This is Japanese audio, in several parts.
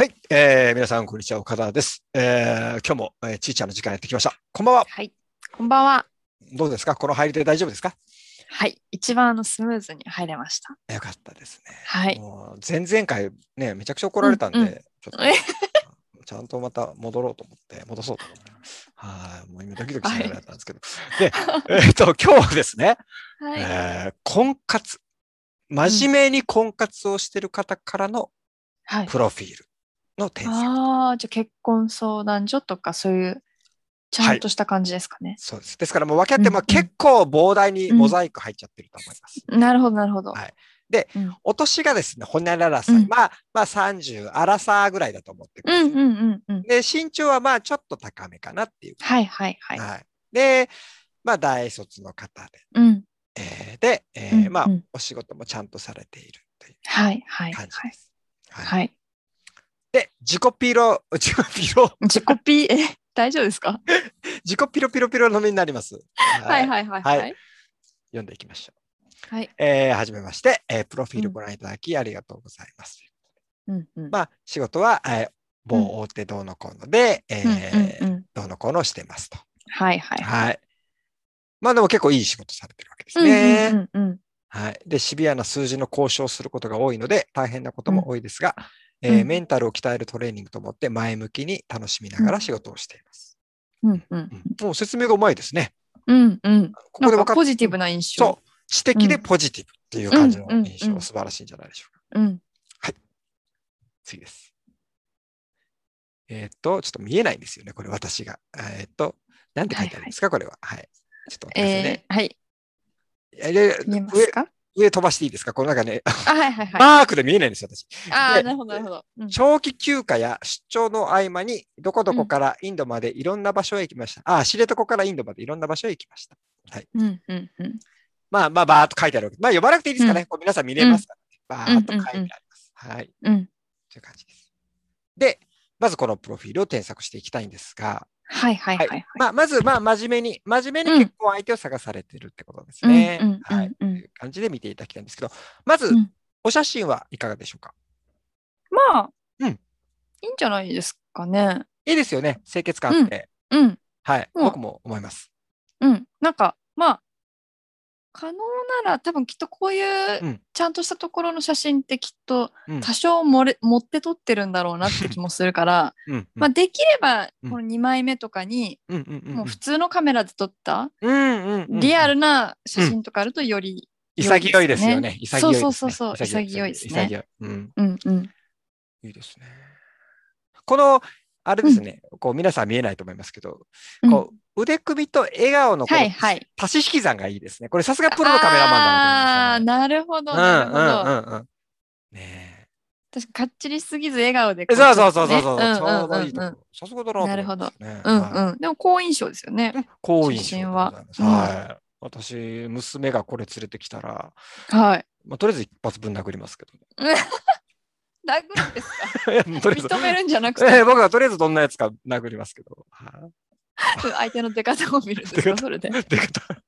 はい、皆さん、こんにちは。岡田です。今日も、ちいちゃんの時間やってきました。こんばんは。 はい、こんばんは。 どうですか？この入りで大丈夫ですか？ はい、一番スムーズに入れました。 よかったですね。 はい。 もう前々回ね、めちゃくちゃ怒らうんうん。 れたんで、ちょっとちゃんとまた戻そうと思って。はい、もう今ドキドキしながらやったんですけど。で、今日はですね、 はい。 婚活、真面目に婚活をしている方からのはい。 プロフィールの添削。 ああ、じゃあ結婚相談所とかそういうちゃんはい、 とした感じですかね。 そうです。ですからもう分け合って、 うん結構膨大にうん。 モザイク入っちゃってると思います。 なるほど、なるほど。 はい。で、 うんお年がですね、ほにゃらら歳。 うんまあ30、アラサーぐらいだと思ってください。 うんうんうんうん。 で、身長はまあちょっと高めかなっていう感はいはいはじ。 い。 はい。で、まあ大卒の方で、 うんまあうんうん。 お仕事もちゃんとされているというはいはいはい。 感じです。はい。 はい。 で、 自己ピー、大丈夫ですか？ 自己ピロピロピロのみになります。はい。 はいはいはいはい。 はい。 読んでいきましょう。 はい。 はじめまして、プロフィールうんご覧いただきありがとうございます。 うんうん。 まあ、仕事は、 うん某大手どうのこうので、 うんうんうん。 どうのこうのしてますと。 はいはいはい。 はい。まあでも結構いい仕事されてるわけですうんうんうね。 んうん。 はい。で、シビアな数字の交渉をすることが多いので、大変なこともうん多いですが、 うんメンタルを鍛えるトレーニングと思って前向きに楽しみなうんがら仕事をしています。 うんうんもう説明がうまいですね。 うんうん。なんかここで分かっ、うん、 ポジティブな印象。 そう。知的でうんポジティブっていううん感じの印象、 うんうん素晴らしいんじゃないでしょうか。 うん。 はい。次です。ちょっと見えないんですよね、これ私が。なんて書いはいはい。 てあるんですか、これは。はい。ちょっと待ってくださいね。 はい。見えます上、 か？ 上飛ばしていいですか？この中ね、 あ、はいはいはい。 マークで見えないんですよ、私。 ああ、 で、 なるほどなるほど。うん長期休暇や出張の合間に、どこどうんこからインドまでいろんな場所へ行きました。あ、知床からインドまでいろんな場所へ行きました。はい。 うんうんうんまあ、バーっと書いてあるわけ。まあ、読まなくていいですかね。 うんこう皆さん見れうんますからね。バうんーっと書うんいてあります。はい。 うん。 という感じです。で、まずこのプロフィールを添削していきたいんですが、 はいはいはい。 はいはい。 まあ、まず、真面目にうん結婚相手を探されてるってことですうんうね。 んうはい。 んうんという感じで見ていただきたいんですけど、まず、 うん。 お写真はいかがでしょうか？ まあ、 うん。 いいんじゃないですかね。 いいですよね。清潔感あっうんて。 うんはい。 も僕も思います。 う、うん。なんか、まあ、可能なら多分きっとこういううん。 ちゃんとしたところの写真ってきっとうん。 多少持って撮ってるんだろうなって気もするから、 うん。うまあ、 ん。 できればうん。 この2枚目とかにうん。うん。うん。 もう普通のカメラで撮ったうん。うん。うん。 リアルな写うん。 真とかあるとより良いで潔いすよね。 ですよね。 そう潔いですね。 そうそうそう、 潔い。 潔いですね。 潔い。うん。 うんうん。 いいですね。この、あれうんですね。こう、皆さん見えないと思いますけど、 うん。 こう、腕首と笑顔のこのはいはい。 足し引き算がいいですね。これさすがプロのカメラマンだなと思いましたあー、 ね。 なるほど、 うんなるほど。 うんうんうん。ね確かかっちりしすぎず笑顔でえ。 こうちょっとね。うちょうんうんうんうん。 どいいところ。さすがだなと思いなるほど。 ましたね。 うんはうん。でも好印象ですよね。 い。好写印象真は。 でございます。 うん。 はい。私、娘がこれ連れてきたら、 はい。 まあ、とりあえず一発ぶん殴りますけどね。 殴るんですか？ とりあえず、 認めるんじゃなくて、 僕はとりあえずどんなやつか殴りますけど。はい。 相手の出方を見るんですか、それで。 出方。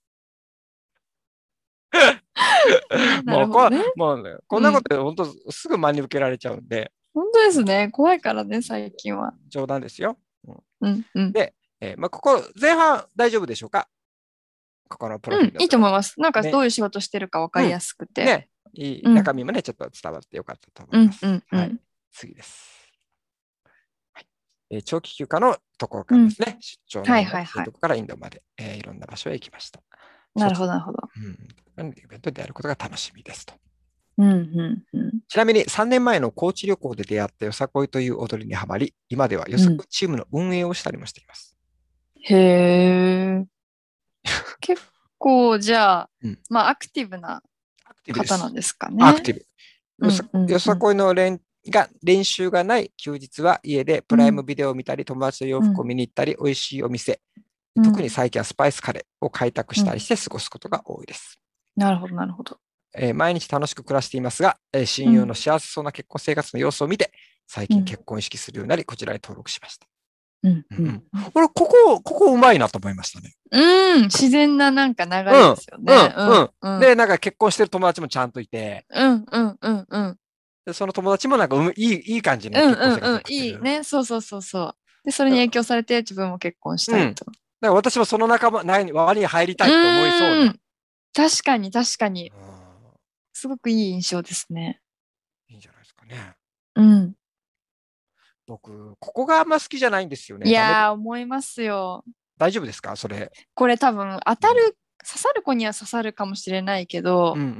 なるほどね。 もうね、こんなこうん。 とで本当すぐ真に受けられちゃうんで、 本当ですね。怖いからね、最近は。 冗談ですよ。うん、 うんうん。 で、まあ、ここ前半大丈夫でしょうか？ここのプロフうん、いいィールのところ。 と思います。なんかどね。 ういう仕事してるか分かりうん。 やすくて。 ね。いいうん。 中身もね、ちょっと伝わってよかったと思うんういます。はい。 んうん。 次です。はい。長期休暇のところかうん。 らですね。出張のは合いはいはい。 間にとこからインドまで、いろんな場所へ行きました。 なるほどなるほど。 うん。イベントでやることが楽しみですと。 うんうんうん。 ちなみに3年前の高知旅行で出会ったよさこいという踊りにはまり、今ではようん。 さこいチームの運営をしたりもしています。 へえ。結構じゃあ、 うん。 まあアクティブなアクティブです。 方なんですかね。 アクティブ。 うんうんようん。 さこいの練習がない休日は家でプライムうんビデオを見たり、友達と洋服をうん見に行ったり、美味しいお店、特にうん最近はスパイスカレーを開拓うん。 したりして過ごすことが多いです。 なるほどなるほど。 毎日楽しく暮らしていますが、親友のうん幸せそうな結婚生活の様子を見て、最近うん結婚を意識するようになり、こちらに登録しました。 うんうんうん。 うん。 俺、ここうまいなと思いましたね。 うん、自然ななんか流れうん、 ですよね。うんうん。で、なんか結婚してる友達もちゃんといて、 うんうんうんうん。 でその友達もなんかいい感じにうん結婚生活うんうん。 を送ってる。 いいね。そうそうそうそう。で、それに影響されて自分も結婚したいと。 だから私もその仲間、輪に入りうたいと思いそうな。 ーん。確かに確かに。 うん、 すごくいい印象ですね。 いいんじゃないですかね。 うん。 僕、ここがあんま好きじゃないんですよね。 いやー、思いますよ。 大丈夫ですかそれ？ これ多分当うんたる、刺さる子には刺さるかもしれないけうんど、 うん。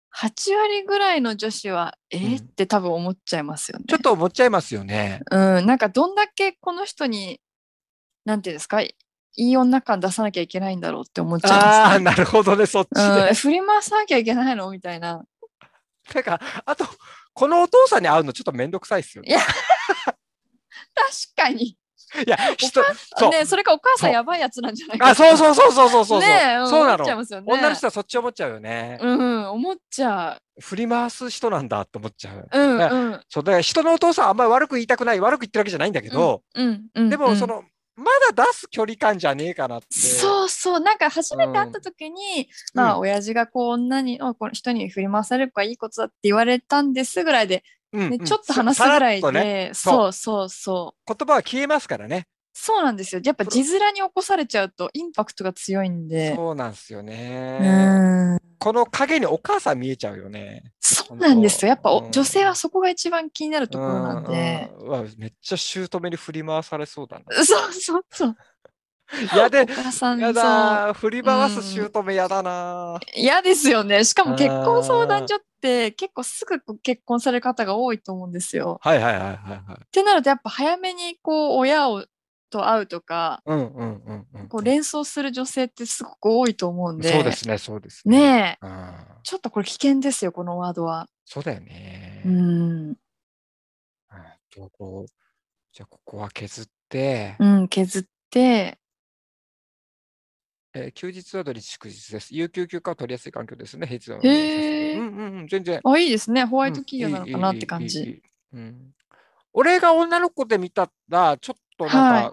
8割ぐらいの女子は、っうん。 て多分思っちゃいますよね。 ちょっと思っちゃいますよね。 うん、なんかどんだけこの人に、なんていうんですか、いい女感出さなきゃいけないんだろうって思っちゃいますああ、 ね。 なるほどね、そっちうん、 で。 振り回さなきゃいけないのみたいな。 なんか、あと、このお父さんに会うのちょっとめんどくさいですよね。 いや、確かに。 いや、 お母さん、 そう、 ね、それかお母さんそう。 やばいやつなんじゃないかあ、 とか。 そうそうそうそうそうそう。 ねえ、うん、思っちゃいそうなの。 ますよね。 女の人はそっち思っちゃうよね。 うん、思っちゃ振り回す人なんだって思っちゃう。 う。うん、 だからうん、 そう、だから人のお父さんはあんまり悪く言いたくない、悪く言ってるわけじゃないんだけうん、 ど、 うん、うん、 でも、 うん。 まだ出す距離感じゃねえかなって。 そうそう、なんか初めて会ったうん。 時に、まあ、 うん。 親父がこう女に、この人に振り回される子はいいことだって言われたんですぐらいで、ね、 うん。うん。 ちょっと話さらすぐらいっとね。 で、 そそうそうそう。 う。言葉は消えますからね。 そうなんですよ。やっぱプロ字面に起こされちゃうとインパクトが強いんで。 そうなんですようね。 ーん。 この影にお母さん見えちゃうよね。 そう本当。 なんですよ。やっぱうん。 女性はそこが一番気になるうところなんで。 ん。うん。うわめっちゃ姑に振り回されそうだな。 そうそうそう。 やで、 お母さやん、そだ。振りう。う回すん。 姑やだな。 嫌ですよね。しかも結婚相談あ所って結構すぐ結婚される方が多いと思うんですよ。 はいはいはいはいはい。 ってなるとやっぱ早めにこうと会うとか、 うんうんうんうんうこう連想する女性ってすごく多いと思うんん。そうでで、 すね、そうですね。 ねえ、 うん。 ちょっとこれ危険ですよ、このワードは。 そうだようね。 ん。 じゃあここは削って、 うん、削って、 休日は土日祝日です。有給休暇を取りやすい環境ですね。平日は運営させて。 へえ、 うんうんうん、全然。 あ、いいですね。ホワイトうん、いい、いい、 企業なのかなっていい、いい、 感じ。 いい。うん。俺が女の子で見たら、ちょっとなんはい。 か、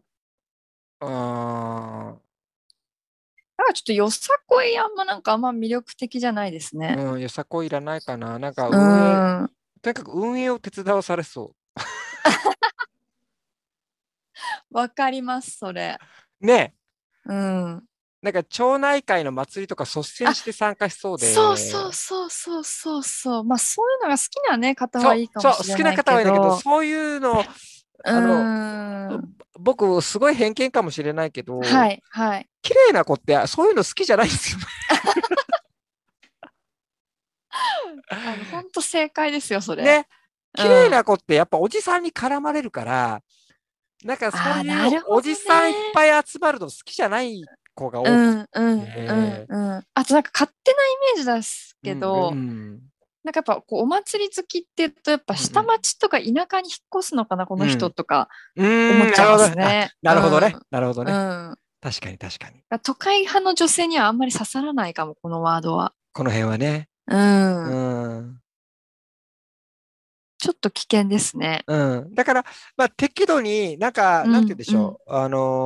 あなんかちょっとよさこいあんま魅力的じゃないですね。 うん、よさこいらないかな。なんかうーん。 とにかく運営を手伝わされそわかります、それ。 う。ね。 うん。 なんか町内会の祭りとか率先あ、 して参加しそうそうそうで、 そうそうそうそう。まあそういうのが好きなね、方そう、 はいいかそう、 も好きなしれない方はいいんだけど、 けど、 そういうの、 うあの、 ーん。 僕、すごい偏見かもしれないけど、 はい、はい。 綺麗な子ってそういうの好きじゃないんですよね。 本当正解ですよ、それ。 ね。 うん。 綺麗あな子ってやっぱおじさんに絡まれるから、なんかそうあ、 いうなるほどおじさんいっね。 ぱい集まるの好きじゃない子がう多くん、うん、うん、 て、 うん。あとなんか勝手なイメージですうん、うけど、 ん、 なんかやっぱこうお祭り好きって言うと、やっぱうん、 下町とか田舎に引っ越すのかな、この人うん。 とか思っちゃいまなるほど。 すね。うなるほどね。 ん。 なるほどうね。 ん。 確かに確かに。 都会派の女性にはあんまり刺さらないかも、このワードは。 この辺はね。 ううん。 ん。 ちょっと危険ですね。 うん。だから、まあ、適度になんか、なんて言うんうん、うん、 でしょう。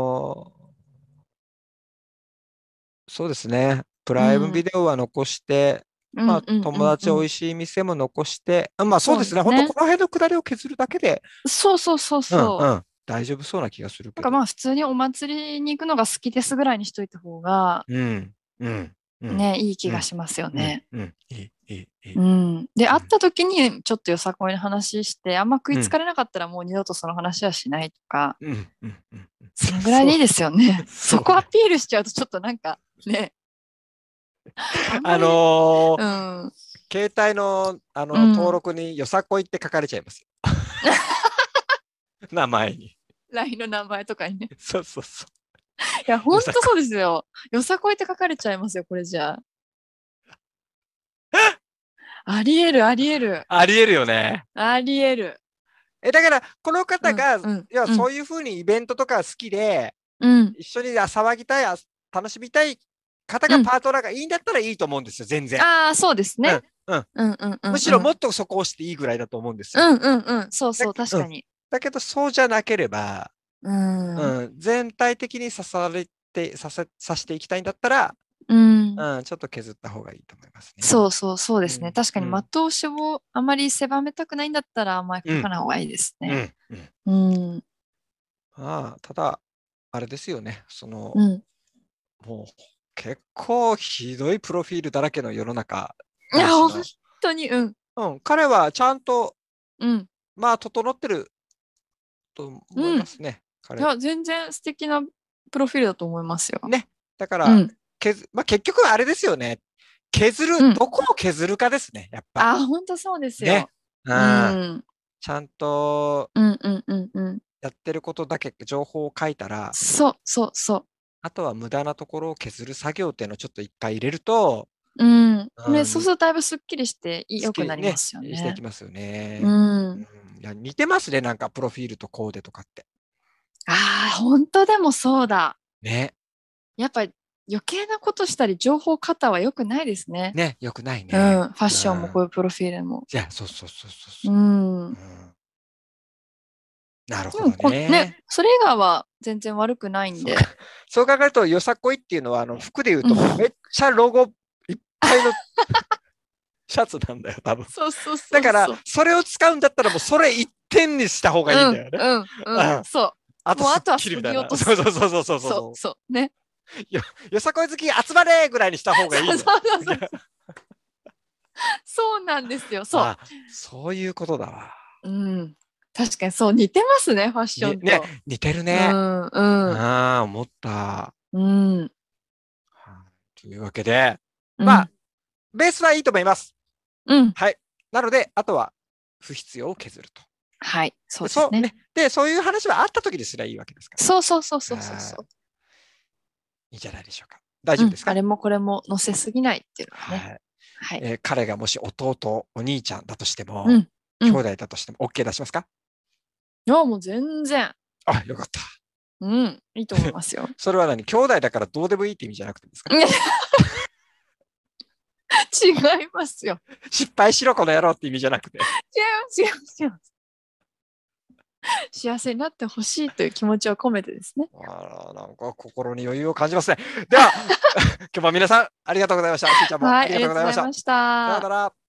そうですね。プライムビうん、 デオは残して、 うん、 まあ、 うん、うん、 友達うん。 美味しい店も残して、まあそうそうですね。本当こですね。 の辺のくだりを削るだけで、 そうそうそううんうそう。 ん。大丈夫そうな気がするけど。 なんかまあ普通にお祭りに行くのが好きですぐらいにしといた方がうん。うん。うん。 ね、いい気うん。 がしますようん。 ね。 うん。いい、いい、いい。 うん。で、会っうん。 た時にちょっとよさこいの話して、あんま食いうん。 つかれなかったらもう二度とその話はしないとか、 うん。うん。うん。 そのぐらいそう、 でいいですよね。そこアそうね。 ピールしちゃうとちょっとなんかね、あんまあり、 のーうん、 携帯の、登うん。 録によさこいって書かれちゃいますよ。名前に。 LINE の名前とかにね。 そうそうそいや、 う。 ほんとそうですよ。よさこいって書かれちゃいますよ、これじゃあ。ありえる、ありえる。 ありえるよね。 ありえる。 だから、このうん、 方が、 うん、 要はうん、 そういうふうにイベントとか好きで、 うん、 一緒に騒ぎたい、楽しみたい方うん。 がパートナーがいいんだったらいいと思うんですよ、全然。 ああ、そうですね。 うん、うん。 うん、うん、うん、 むしうん。 ろもっとそこをしていいぐらいだと思うんですよ。 うん、うん、うん。そうそう、確うん。 かに。 だけど、そうじゃなければ、 うん。 うん、全体的に刺さしていきたいんだったら、 うん。 ちょっと削った方がいいと思いますね。 そうですね。確かに的押しをあまり狭めたくないんだったらあんまり書かない方がいいですね。 ただ、あれですよね。もう結構ひどいプロフィールだらけの世の中。 いや、本当に、 彼はちゃんと、 うん。 整ってると思いますね。 いや、全然素敵なプロフィールだと思いますよ。 ね。だから、結局はあれですよね。どこを削るかですね、やっぱ。 本当そうですよ。 ね。ちゃんと、やってることだけ情報を書いたら、 そう。 あとは無駄なところを削る作業っていうのをちょっと一回入れると、 そうするとだいぶすっきりして良くなりますよね。 していきますよね。いや、似てますね、なんかプロフィールとコーデとかって。 本当でもそうだ。 ね。 やっぱり余計なことしたり情報過多は良くないですね。 ね、良くないね。 ファッションもこういうプロフィールも。 いや、そう。なるほどね。 それ以外は全然悪くないんで。 そう考えると、よさこいっていうのは、服で言うと、めっちゃロゴいっぱいのシャツなんだよ、多分。だから、それを使うんだったら、もうそれ一点にした方がいいんだよね。 そう。 あとはすっきりみたいな。 そうね。 よさこい好き集まれぐらいにした方がいい。 そうなんですよ。 そういうことだわ。 確かにそう、似てますね、ファッションと。 ね、似てるね。思った。というわけで、ベースはいいと思います。はい。なので、あとは不必要を削ると。 はい、そうですね。 で、そういう話はあった時ですらいいわけですから。 そう。 いいんじゃないでしょうか。大丈夫ですか？ あれもこれも載せすぎないっていうのはね。 彼がもし弟、お兄ちゃんだとしても、兄弟だとしても OK 出しますか？ いや、もう全然。 よかった。 いいと思いますよ。 それは何？兄弟だからどうでもいいって意味じゃなくてですか？ 違いますよ。 失敗しろこの野郎って意味じゃなくて。 違います。幸せになってほしいという気持ちを込めてですね。 なんか心に余裕を感じますね。では、今日も皆さんありがとうございました。しーちゃんもありがとうございました。さようなら。